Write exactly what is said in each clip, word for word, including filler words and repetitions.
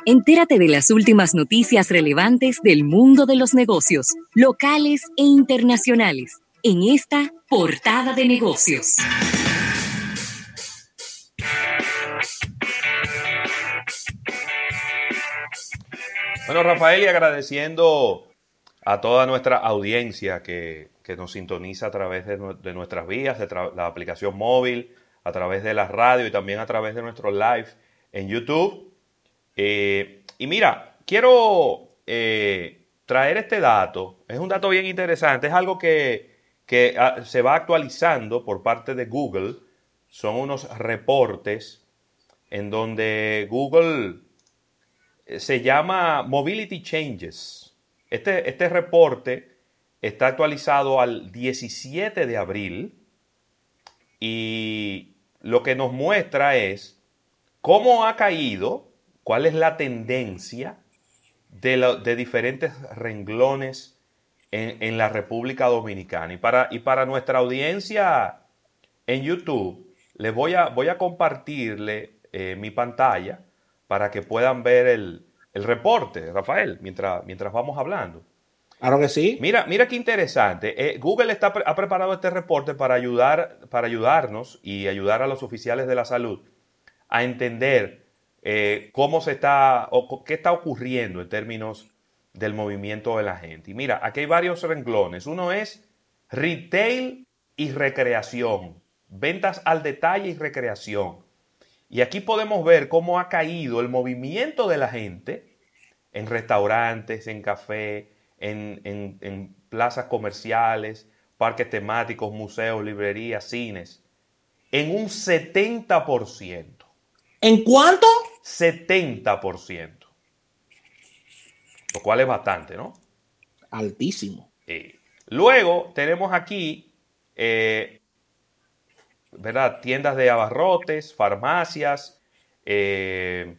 Entérate de las últimas noticias relevantes del mundo de los negocios, locales e internacionales, en esta Portada de Negocios. Bueno, Rafael, y agradeciendo a toda nuestra audiencia que, que nos sintoniza a través de, de nuestras vías, de la aplicación móvil, a través de la radio y también a través de nuestro live en YouTube. Eh, y mira, quiero eh, traer este dato. Es un dato bien interesante. Es algo que, que a, se va actualizando por parte de Google. Son unos reportes en donde Google se llama Mobility Changes. Este, este reporte está actualizado al diecisiete de abril y lo que nos muestra es cómo ha caído, cuál es la tendencia de, lo, de diferentes renglones en, en la República Dominicana. Y para, y para nuestra audiencia en YouTube, les voy a, voy a compartirle eh, mi pantalla para que puedan ver el, el reporte, Rafael, mientras, mientras vamos hablando. Claro que sí. Mira, mira qué interesante. Eh, Google está, ha preparado este reporte para, ayudar, para ayudarnos y ayudar a los oficiales de la salud a entender eh, cómo se está o qué está ocurriendo en términos del movimiento de la gente. Y mira, aquí hay varios renglones. Uno es retail y recreación, ventas al detalle y recreación. Y aquí podemos ver cómo ha caído el movimiento de la gente en restaurantes, en café, en, en, en plazas comerciales, parques temáticos, museos, librerías, cines, en un setenta por ciento. ¿En cuánto? setenta por ciento. Lo cual es bastante, ¿no? Altísimo. Sí. Luego tenemos aquí, eh, ¿verdad? Tiendas de abarrotes, farmacias, eh,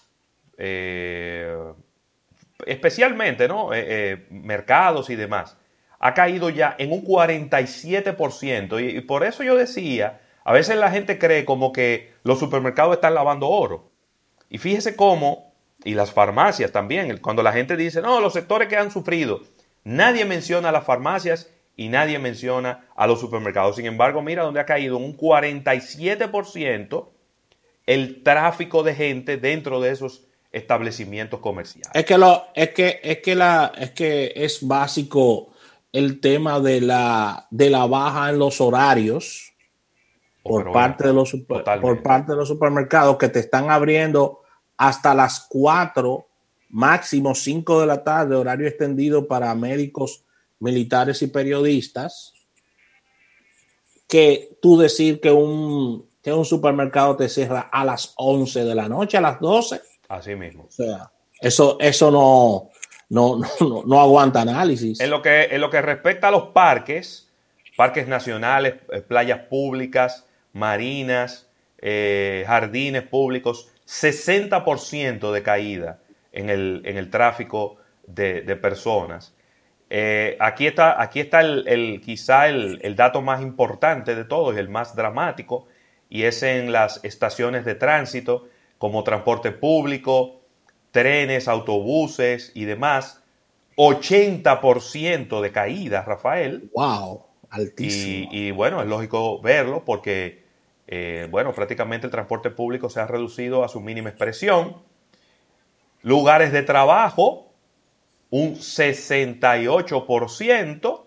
eh, especialmente, ¿no? Eh, eh, mercados y demás. Ha caído ya en un cuarenta y siete por ciento. Y, y por eso yo decía, a veces la gente cree como que los supermercados están lavando oro. Y fíjese cómo, y las farmacias también, cuando la gente dice, no, los sectores que han sufrido, nadie menciona a las farmacias y nadie menciona a los supermercados. Sin embargo, mira dónde ha caído un cuarenta y siete por ciento el tráfico de gente dentro de esos establecimientos comerciales. Es que lo, es que, es que la, es que es básico el tema de la, de la baja en los horarios. Por Pero parte, bueno, de los super, por parte de los supermercados que te están abriendo hasta las cuatro, máximo cinco de la tarde, horario extendido para médicos, militares y periodistas. Que tú decir que un, que un supermercado te cierra a las once de la noche, a las doce. Así mismo. O sea, eso, eso no, no, no, no aguanta análisis. En lo que, en lo que respecta a los parques, parques nacionales, playas públicas, marinas, eh, jardines públicos, sesenta por ciento de caída en el, en el tráfico de, de personas. Eh, aquí está, aquí está el, el, quizá el, el dato más importante de todos, el más dramático, y es en las estaciones de tránsito, como transporte público, trenes, autobuses y demás. ochenta por ciento de caída, Rafael. ¡Wow! Altísimo. Y, y bueno, es lógico verlo porque, eh, bueno, prácticamente el transporte público se ha reducido a su mínima expresión. Lugares de trabajo, un sesenta y ocho por ciento.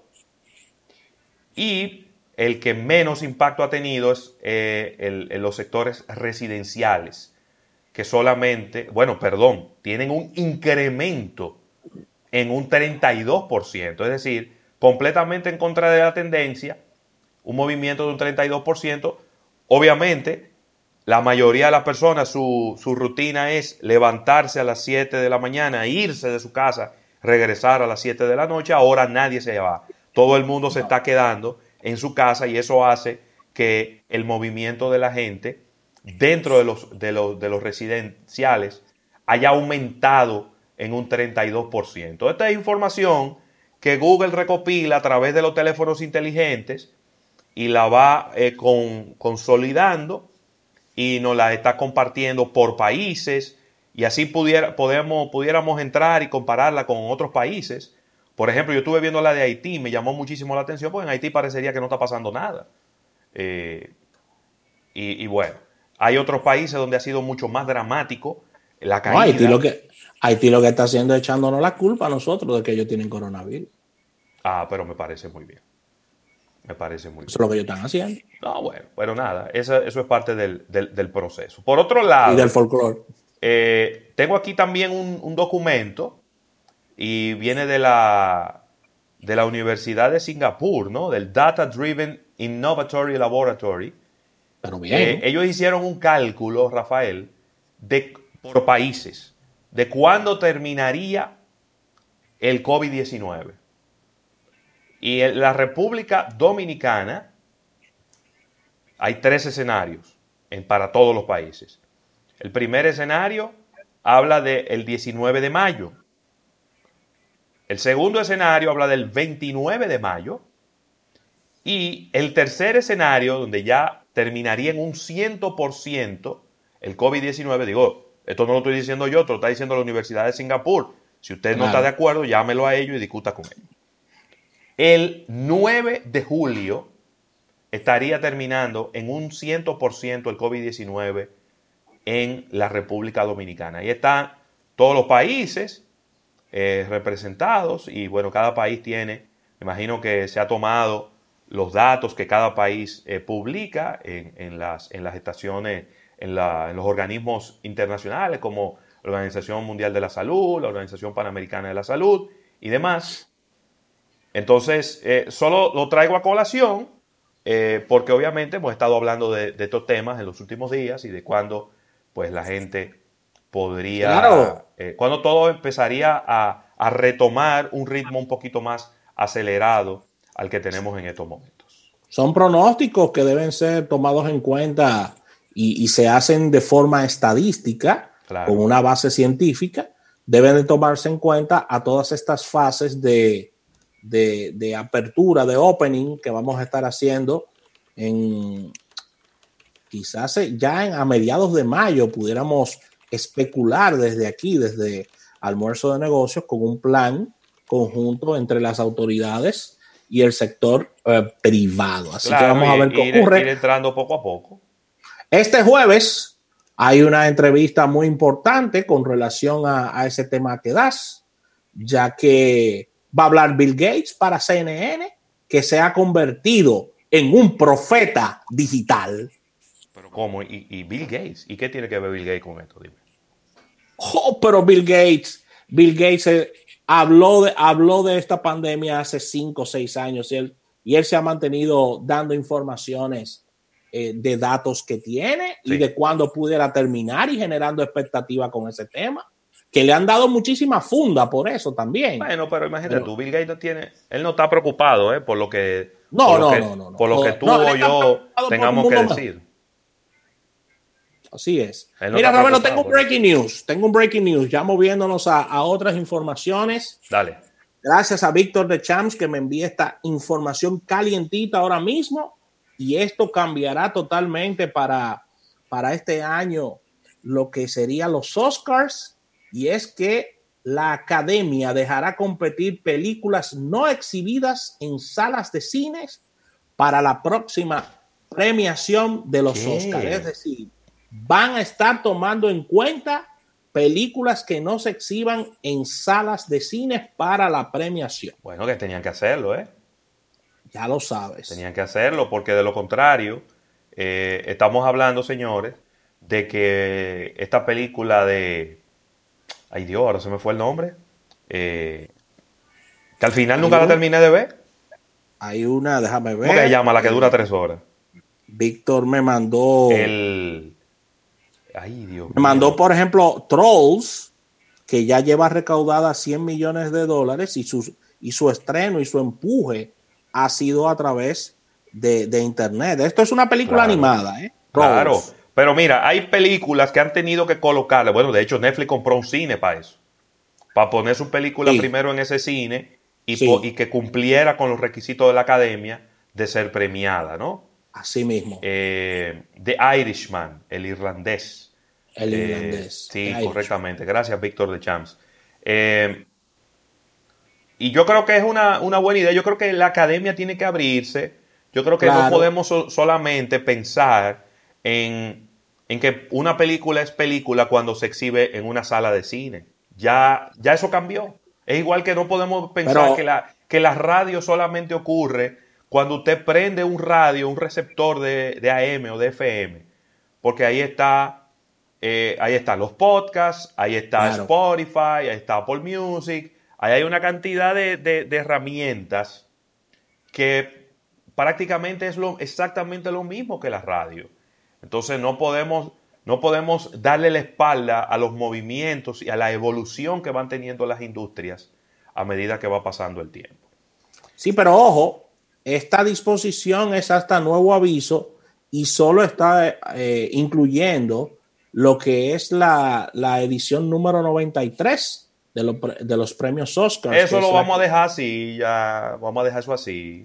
Y el que menos impacto ha tenido es eh, el, el, los sectores residenciales, que solamente, bueno, perdón, tienen un incremento en un treinta y dos por ciento. Es decir, completamente en contra de la tendencia, un movimiento de un treinta y dos por ciento. Obviamente, la mayoría de las personas, su, su rutina es levantarse a las siete de la mañana, irse de su casa, regresar a las siete de la noche. Ahora nadie se va. Todo el mundo se está quedando en su casa y eso hace que el movimiento de la gente dentro de los, de los, de los residenciales haya aumentado en un treinta y dos por ciento. Esta es información que Google recopila a través de los teléfonos inteligentes y la va eh, con, consolidando y nos la está compartiendo por países y así pudiera, podemos, pudiéramos entrar y compararla con otros países. Por ejemplo, yo estuve viendo la de Haití, me llamó muchísimo la atención, porque en Haití parecería que no está pasando nada. Eh, y, y bueno, hay otros países donde ha sido mucho más dramático la caída. No, Haití, lo que, Haití lo que está haciendo es echándonos la culpa a nosotros de que ellos tienen coronavirus. Ah, pero me parece muy bien. Me parece muy Eso bien. es lo que ellos están haciendo. No, bueno, pero nada, eso, eso es parte del, del, del proceso. Por otro lado, y del folclore. Eh, tengo aquí también un, un documento y viene de la, de la Universidad de Singapur, ¿no? Del Data Driven Innovatory Laboratory. Pero bien. Eh, ellos hicieron un cálculo, Rafael, de, por países, de cuándo terminaría el COVID diecinueve. Y en la República Dominicana hay tres escenarios en, para todos los países. El primer escenario habla del diecinueve de mayo. El segundo escenario habla del veintinueve de mayo. Y el tercer escenario, donde ya terminaría en un cien por ciento el COVID diecinueve, digo, esto no lo estoy diciendo yo, esto lo está diciendo la Universidad de Singapur. Si usted no Claro. está de acuerdo, llámelo a ellos y discuta con ellos. El nueve de julio estaría terminando en un cien por ciento el COVID diecinueve en la República Dominicana. Ahí están todos los países eh, representados y bueno, cada país tiene, me imagino que se ha tomado los datos que cada país eh, publica en, en, las, en las estaciones, en, la, en los organismos internacionales como la Organización Mundial de la Salud, la Organización Panamericana de la Salud y demás. Entonces, eh, solo lo traigo a colación eh, porque obviamente hemos estado hablando de, de estos temas en los últimos días y de cuándo pues la gente podría, Claro. eh, cuando todo empezaría a, a retomar un ritmo un poquito más acelerado al que tenemos en estos momentos. Son pronósticos que deben ser tomados en cuenta y, y se hacen de forma estadística, Claro. con una base científica. Deben de tomarse en cuenta a todas estas fases de, de, de apertura, de opening que vamos a estar haciendo en quizás ya en, a mediados de mayo pudiéramos especular desde aquí, desde Almuerzo de Negocios, con un plan conjunto entre las autoridades y el sector eh, privado. Así Claro, que vamos y, a ver qué ir, ocurre. ir entrando poco a poco. Este jueves hay una entrevista muy importante con relación a, a ese tema que das, ya que va a hablar Bill Gates para C N N, que se ha convertido en un profeta digital. Pero ¿cómo? ¿Y, y Bill Gates? ¿Y qué tiene que ver Bill Gates con esto? Dime. Oh, pero Bill Gates, Bill Gates eh, habló, de, habló de esta pandemia hace cinco o seis años y él, y él se ha mantenido dando informaciones eh, de datos que tiene Sí. y de cuándo pudiera terminar y generando expectativa con ese tema, que le han dado muchísima funda por eso también. Bueno, pero imagínate Pero- tú, Bill Gates no tiene, él no está preocupado, ¿eh? Por lo que, No, por lo no, que, no, no, no. por lo que tú No, él o está yo preocupado por tengamos un que mundo decir. Así es. Él no Mira, está Ravelo, preocupado tengo un por eso. breaking news. Tengo un breaking news. Ya moviéndonos a, a otras informaciones. Dale. Gracias a Víctor de Champs que me envía esta información calientita ahora mismo. Y esto cambiará totalmente para, para este año lo que serían los Oscars. Y es que la Academia dejará competir películas no exhibidas en salas de cines para la próxima premiación de los ¿Qué? Oscars. Es decir, van a estar tomando en cuenta películas que no se exhiban en salas de cine para la premiación. Bueno, que tenían que hacerlo, ¿eh? Ya lo sabes. Tenían que hacerlo porque de lo contrario, eh, estamos hablando, señores, de que esta película de... Ay Dios, ahora se me fue el nombre. Eh, que al final nunca la terminé de ver. Hay una, déjame ver. ¿Cómo que se llama? La que dura tres horas. Víctor me mandó... El... Ay, Dios mío. Me mandó, por ejemplo, Trolls, que ya lleva recaudada cien millones de dólares y su, y su estreno y su empuje ha sido a través de, de internet. Esto es una película Claro. animada, ¿eh? Claro, Trolls. pero mira, hay películas que han tenido que colocarle. Bueno, de hecho, Netflix compró un cine para eso. Para poner su película Sí. primero en ese cine y, Sí. po- y que cumpliera con los requisitos de la academia de ser premiada, ¿no? Así mismo. Eh, The Irishman, el irlandés. El Eh, irlandés. sí, Irish. correctamente. Gracias, Víctor de Champs. Eh, y yo creo que es una, una buena idea. Yo creo que la academia tiene que abrirse. Yo creo que no Claro. podemos so- solamente pensar en, en que una película es película cuando se exhibe en una sala de cine. Ya, ya eso cambió. Es igual que no podemos pensar Pero que la, que la radio solamente ocurre cuando usted prende un radio, un receptor de, de A M o de F M. Porque ahí está, eh, ahí están los podcasts, ahí está claro. Spotify, ahí está Apple Music, ahí hay una cantidad de, de, de herramientas que prácticamente es lo, exactamente lo mismo que la radio. Entonces no podemos, no podemos darle la espalda a los movimientos y a la evolución que van teniendo las industrias a medida que va pasando el tiempo. Sí, pero ojo, esta disposición es hasta nuevo aviso y solo está eh, incluyendo lo que es la, la edición número noventa y tres de, lo, de los premios Oscars. Eso lo vamos la... a dejar así, ya vamos a dejar eso así.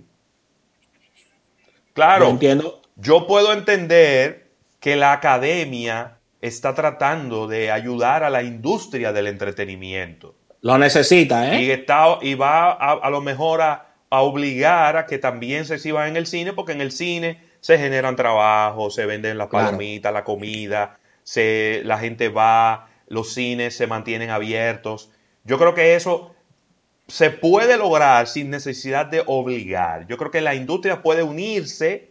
Yo Claro, entiendo. yo puedo entender que la academia está tratando de ayudar a la industria del entretenimiento. Lo necesita, ¿eh? Y, está, y va a, a lo mejor a, a obligar a que también se exhiban en el cine, porque en el cine se generan trabajos, se venden las Claro. palomitas, la comida, se, la gente va, los cines se mantienen abiertos. Yo creo que eso se puede lograr sin necesidad de obligar. Yo creo que la industria puede unirse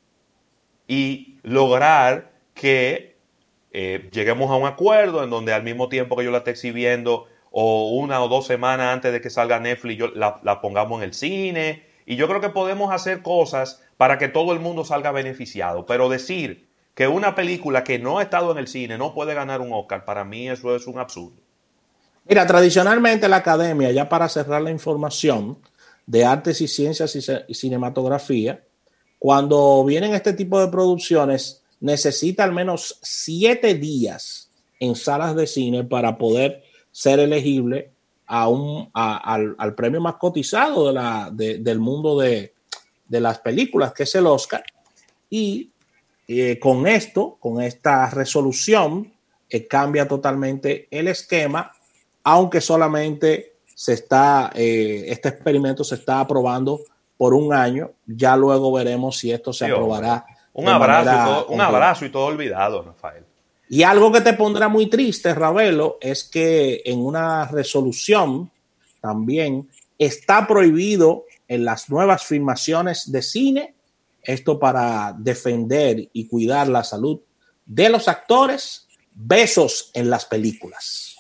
y lograr que eh, lleguemos a un acuerdo en donde al mismo tiempo que yo la esté exhibiendo o una o dos semanas antes de que salga Netflix yo la, la pongamos en el cine. Y yo creo que podemos hacer cosas para que todo el mundo salga beneficiado. Pero decir que una película que no ha estado en el cine no puede ganar un Oscar, para mí eso es un absurdo. Mira, tradicionalmente la academia, ya para cerrar la información de artes y ciencias y, y cinematografía, cuando vienen este tipo de producciones, necesita al menos siete días en salas de cine para poder ser elegible a un, a, al, al premio más cotizado de la, de, del mundo de, de las películas, que es el Oscar. Y eh, con esto, con esta resolución, eh, cambia totalmente el esquema, aunque solamente se está, eh, este experimento se está aprobando por un año. Ya luego veremos si esto se Sí, aprobará. Un abrazo, y todo, un abrazo y todo olvidado, Rafael. Y algo que te pondrá muy triste, Ravelo, es que en una resolución también está prohibido en las nuevas filmaciones de cine, esto para defender y cuidar la salud de los actores, besos en las películas.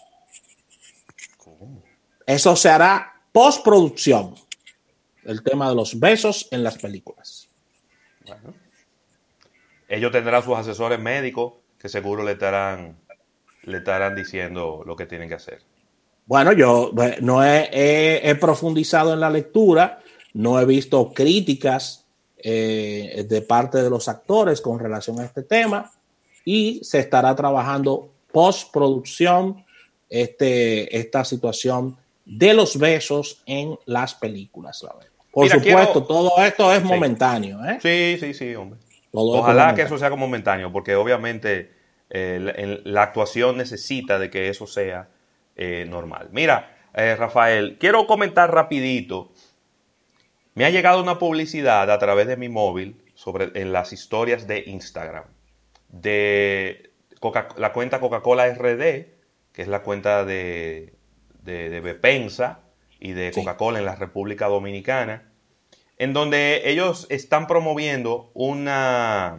¿Cómo? Eso se hará postproducción, el tema de los besos en las películas. Bueno. Ellos tendrán sus asesores médicos que seguro le estarán, le estarán diciendo lo que tienen que hacer. Bueno, yo no he, he, he profundizado en la lectura, no he visto críticas eh, de parte de los actores con relación a este tema y se estará trabajando postproducción este, esta situación de los besos en las películas. Por Mira, supuesto, quiero... todo esto es sí. momentáneo. ¿eh? Sí, sí, sí, hombre. Todo Ojalá que eso sea como momentáneo, porque obviamente eh, la, la actuación necesita de que eso sea eh, normal. Mira, eh, Rafael, quiero comentar rapidito. Me ha llegado una publicidad a través de mi móvil sobre, en las historias de Instagram de Coca, la cuenta Coca-Cola R D, que es la cuenta de, de, de Bepensa y de Coca-Cola en la República Dominicana, en donde ellos están promoviendo una,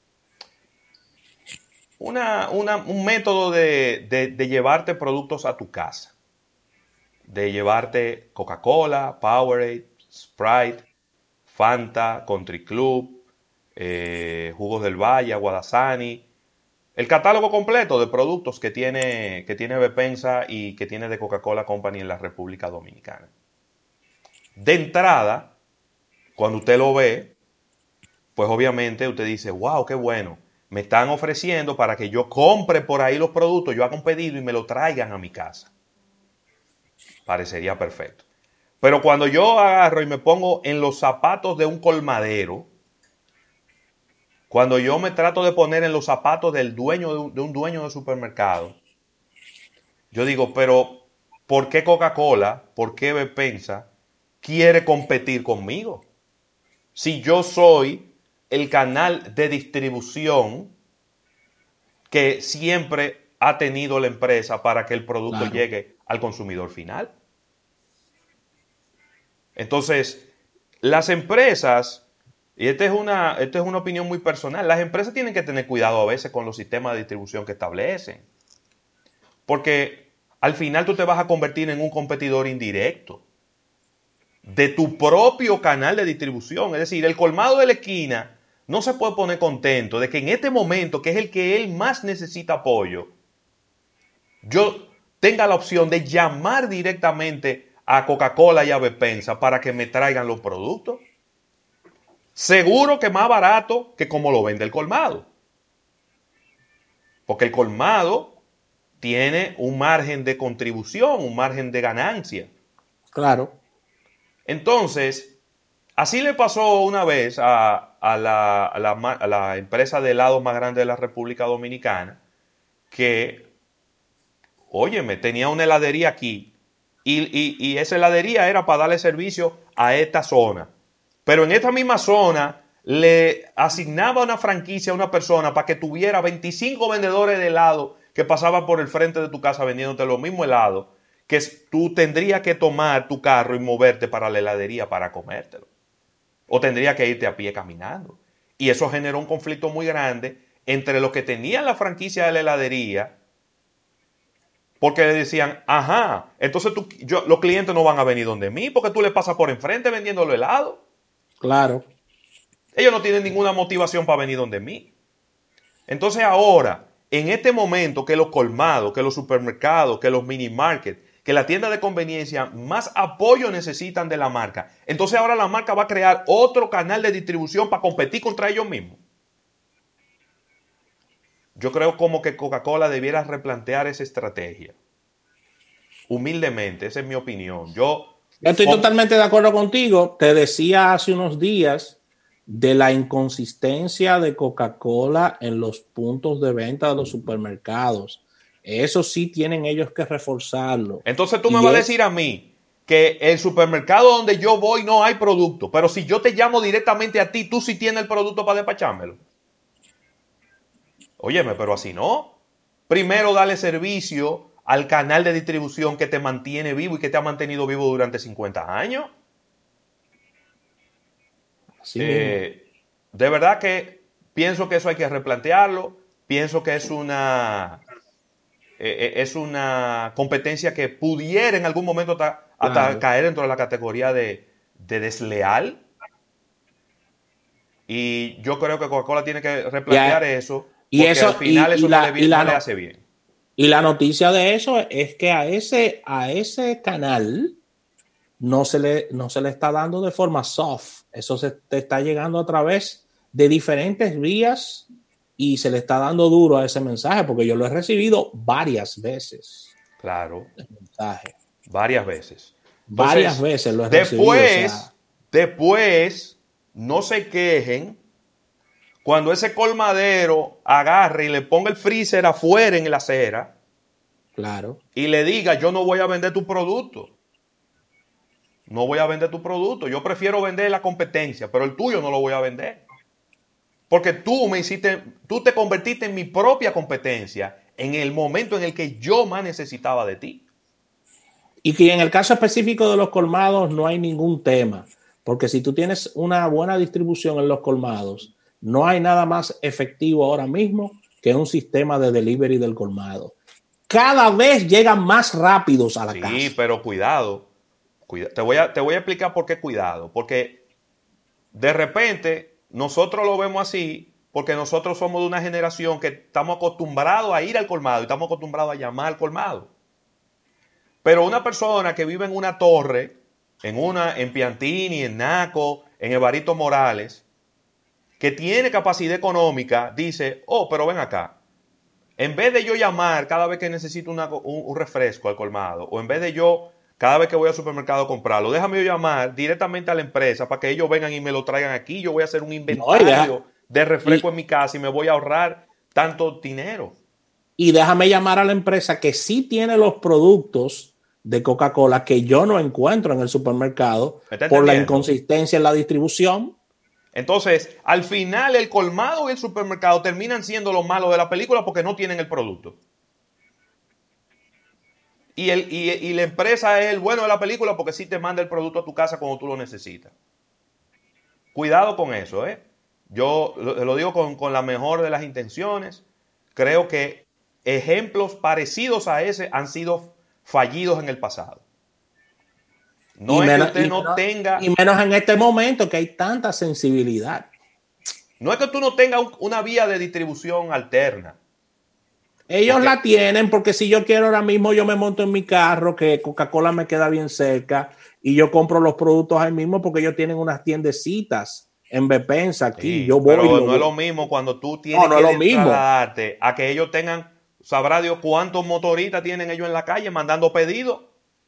una, una un método de, de, de llevarte productos a tu casa. De llevarte Coca-Cola, Powerade, Sprite, Fanta, Country Club, eh, Jugos del Valle, Guadasani. El catálogo completo de productos que tiene, que tiene Bepensa y que tiene de Coca-Cola Company en la República Dominicana. De entrada, cuando usted lo ve, pues obviamente usted dice, wow, qué bueno. Me están ofreciendo para que yo compre por ahí los productos, yo haga un pedido y me lo traigan a mi casa. Parecería perfecto. Pero cuando yo agarro y me pongo en los zapatos de un colmadero, Cuando yo me trato de poner en los zapatos del dueño de un, de un dueño de supermercado, yo digo, pero ¿por qué Coca-Cola, por qué Bepensa quiere competir conmigo? Si yo soy el canal de distribución que siempre ha tenido la empresa para que el producto claro. llegue al consumidor final. Entonces, las empresas, y esta es una, esta es una opinión muy personal, las empresas tienen que tener cuidado a veces con los sistemas de distribución que establecen. Porque al final tú te vas a convertir en un competidor indirecto de tu propio canal de distribución. Es decir, el colmado de la esquina no se puede poner contento de que en este momento, que es el que él más necesita apoyo, yo tenga la opción de llamar directamente a Coca-Cola y a Bepensa para que me traigan los productos. Seguro que más barato que como lo vende el colmado. Porque el colmado tiene un margen de contribución, un margen de ganancia. Claro. Entonces, así le pasó una vez a, a, la, a, la, a la empresa de helados más grande de la República Dominicana, que, óyeme, tenía una heladería aquí, y, y, y esa heladería era para darle servicio a esta zona. Pero en esta misma zona le asignaba una franquicia a una persona para que tuviera veinticinco vendedores de helado que pasaban por el frente de tu casa vendiéndote los mismos helados, que tú tendrías que tomar tu carro y moverte para la heladería para comértelo. O tendrías que irte a pie caminando. Y eso generó un conflicto muy grande entre los que tenían la franquicia de la heladería, porque le decían, ajá, entonces tú, yo, los clientes no van a venir donde mí porque tú le pasas por enfrente vendiendo los helados. Claro. Ellos no tienen ninguna motivación para venir donde mí. Entonces ahora, en este momento que los colmados, que los supermercados, que los mini markets, que la tienda de conveniencia más apoyo necesitan de la marca, entonces ahora la marca va a crear otro canal de distribución para competir contra ellos mismos. Yo creo como que Coca-Cola debiera replantear esa estrategia. Humildemente, esa es mi opinión. Yo Estoy como... totalmente de acuerdo contigo. Te decía hace unos días de la inconsistencia de Coca-Cola en los puntos de venta de los supermercados. Eso sí tienen ellos que reforzarlo. Entonces tú y me vas es... a decir a mí que el supermercado donde yo voy no hay producto, pero si yo te llamo directamente a ti, tú sí tienes el producto para despachármelo. Óyeme, pero así no. Primero dale servicio al canal de distribución que te mantiene vivo y que te ha mantenido vivo durante cincuenta años. Sí, eh, de verdad que pienso que eso hay que replantearlo. Pienso que es una eh, es una competencia que pudiera en algún momento hasta, hasta claro. caer dentro de la categoría de, de desleal. Y yo creo que Coca-Cola tiene que replantear Ya, eso. Y porque eso al final y, eso y la, no, le, y la, no le hace bien. Y la noticia de eso es que a ese, a ese canal no se, le, no se le está dando de forma soft. Eso se te está llegando a través de diferentes vías y se le está dando duro a ese mensaje porque yo lo he recibido varias veces. Claro. El mensaje. Varias veces. Entonces, varias veces lo he después, recibido. O sea, después, no se quejen cuando ese colmadero agarre y le ponga el freezer afuera en la acera. Claro. Y le diga, yo no voy a vender tu producto. No voy a vender tu producto. Yo prefiero vender la competencia, pero el tuyo no lo voy a vender. Porque tú me hiciste, tú te convertiste en mi propia competencia en el momento en el que yo más necesitaba de ti. Y que en el caso específico de los colmados no hay ningún tema. Porque si tú tienes una buena distribución en los colmados, no hay nada más efectivo ahora mismo que un sistema de delivery del colmado. Cada vez llegan más rápidos a la sí, casa. Sí, pero cuidado. Cuida, te, voy a, te voy a explicar por qué cuidado. Porque de repente nosotros lo vemos así porque nosotros somos de una generación que estamos acostumbrados a ir al colmado y estamos acostumbrados a llamar al colmado. Pero una persona que vive en una torre, en, una, en Piantini, en Naco, en Evarito Morales, que tiene capacidad económica, dice, oh, pero ven acá. En vez de yo llamar cada vez que necesito una, un, un refresco al colmado, o en vez de yo, cada vez que voy al supermercado a comprarlo, déjame yo llamar directamente a la empresa para que ellos vengan y me lo traigan aquí. Yo voy a hacer un inventario no, de refresco y, en mi casa y me voy a ahorrar tanto dinero. Y déjame llamar a la empresa que sí tiene los productos de Coca-Cola que yo no encuentro en el supermercado por la inconsistencia en la distribución. Entonces, al final el colmado y el supermercado terminan siendo los malos de la película porque no tienen el producto. Y, el, y, y la empresa es el bueno de la película porque sí te manda el producto a tu casa cuando tú lo necesitas. Cuidado con eso, ¿eh? Yo lo, lo digo con, con la mejor de las intenciones. Creo que ejemplos parecidos a ese han sido fallidos en el pasado. No y es menos, que usted y no menos, tenga... Y menos en este momento que hay tanta sensibilidad. No es que tú no tengas un, una vía de distribución alterna. Ellos porque, la tienen porque si yo quiero ahora mismo yo me monto en mi carro que Coca-Cola me queda bien cerca y yo compro los productos ahí mismo porque ellos tienen unas tiendecitas en Bepensa aquí. Sí, yo voy. pero Lo no voy. es lo mismo cuando tú tienes no, no que es lo mismo. trasladarte a que ellos tengan, sabrá Dios cuántos motoristas tienen ellos en la calle mandando pedidos.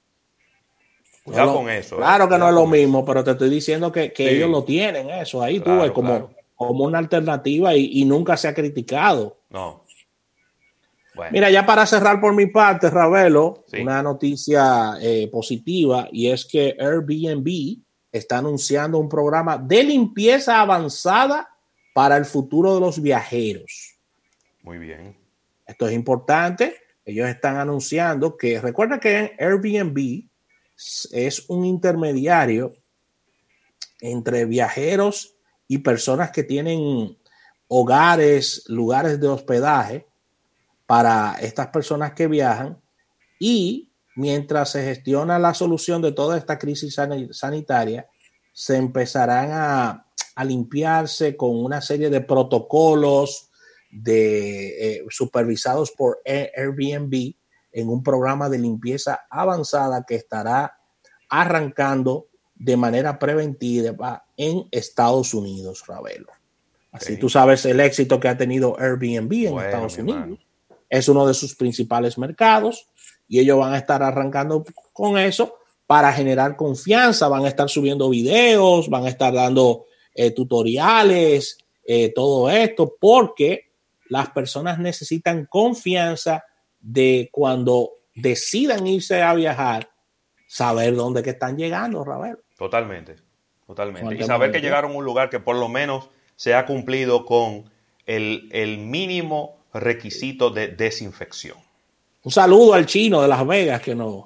Cuidado no lo, con eso. Claro eh. que Cuidado no es lo mismo, eso. pero te estoy diciendo que, que sí. ellos lo tienen, eso ahí claro, tú ves como, claro. como una alternativa y, y nunca se ha criticado. No. Bueno. Mira, ya para cerrar por mi parte, Ravelo, sí. una noticia eh, positiva y es que Airbnb está anunciando un programa de limpieza avanzada para el futuro de los viajeros. Muy bien. Esto es importante. Ellos están anunciando que, recuerda que Airbnb es un intermediario entre viajeros y personas que tienen hogares, lugares de hospedaje para estas personas que viajan, y mientras se gestiona la solución de toda esta crisis sanitaria, se empezarán a, a limpiarse con una serie de protocolos de, eh, supervisados por Airbnb en un programa de limpieza avanzada que estará arrancando de manera preventiva en Estados Unidos, Ravelo. Así sí. Tú sabes el éxito que ha tenido Airbnb en bueno, Estados Unidos. Hermano. Es uno de sus principales mercados y ellos van a estar arrancando con eso para generar confianza. Van a estar subiendo videos, van a estar dando eh, tutoriales, eh, todo esto, porque las personas necesitan confianza de cuando decidan irse a viajar, saber dónde que están llegando, Ravel. Totalmente, totalmente. Y saber que llegaron a un lugar que por lo menos se ha cumplido con el, el mínimo requisito de desinfección. Un saludo al chino de Las Vegas que no.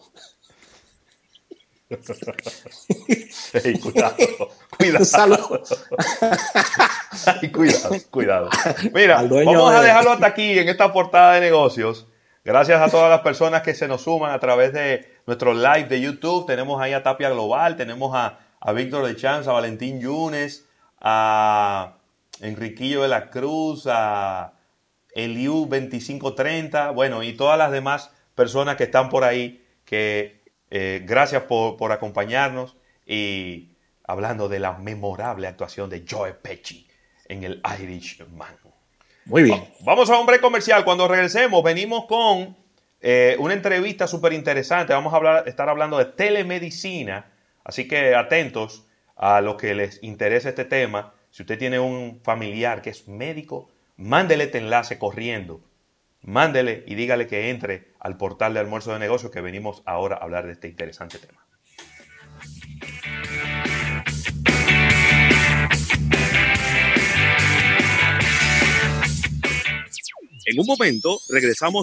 Hey, cuidado, cuidado. Saludo. Ay, cuidado, cuidado. Mira, vamos a dejarlo hasta aquí en esta portada de negocios. Gracias a todas las personas que se nos suman a través de nuestro live de YouTube. Tenemos ahí a Tapia Global, tenemos a, a Víctor de Chance, a Valentín Yunes, a Enriquillo de la Cruz, a Eliu veinticinco treinta, bueno, y todas las demás personas que están por ahí, que eh, gracias por, por acompañarnos y hablando de la memorable actuación de Joe Pesci en el Irishman. Muy bien. Vamos a un break comercial. Cuando regresemos, venimos con eh, una entrevista súper interesante. Vamos a hablar, estar hablando de telemedicina, así que atentos a los que les interesa este tema. Si usted tiene un familiar que es médico, mándele este enlace corriendo. Mándele y dígale que entre al portal de Almuerzo de Negocios, que venimos ahora a hablar de este interesante tema. En un momento regresamos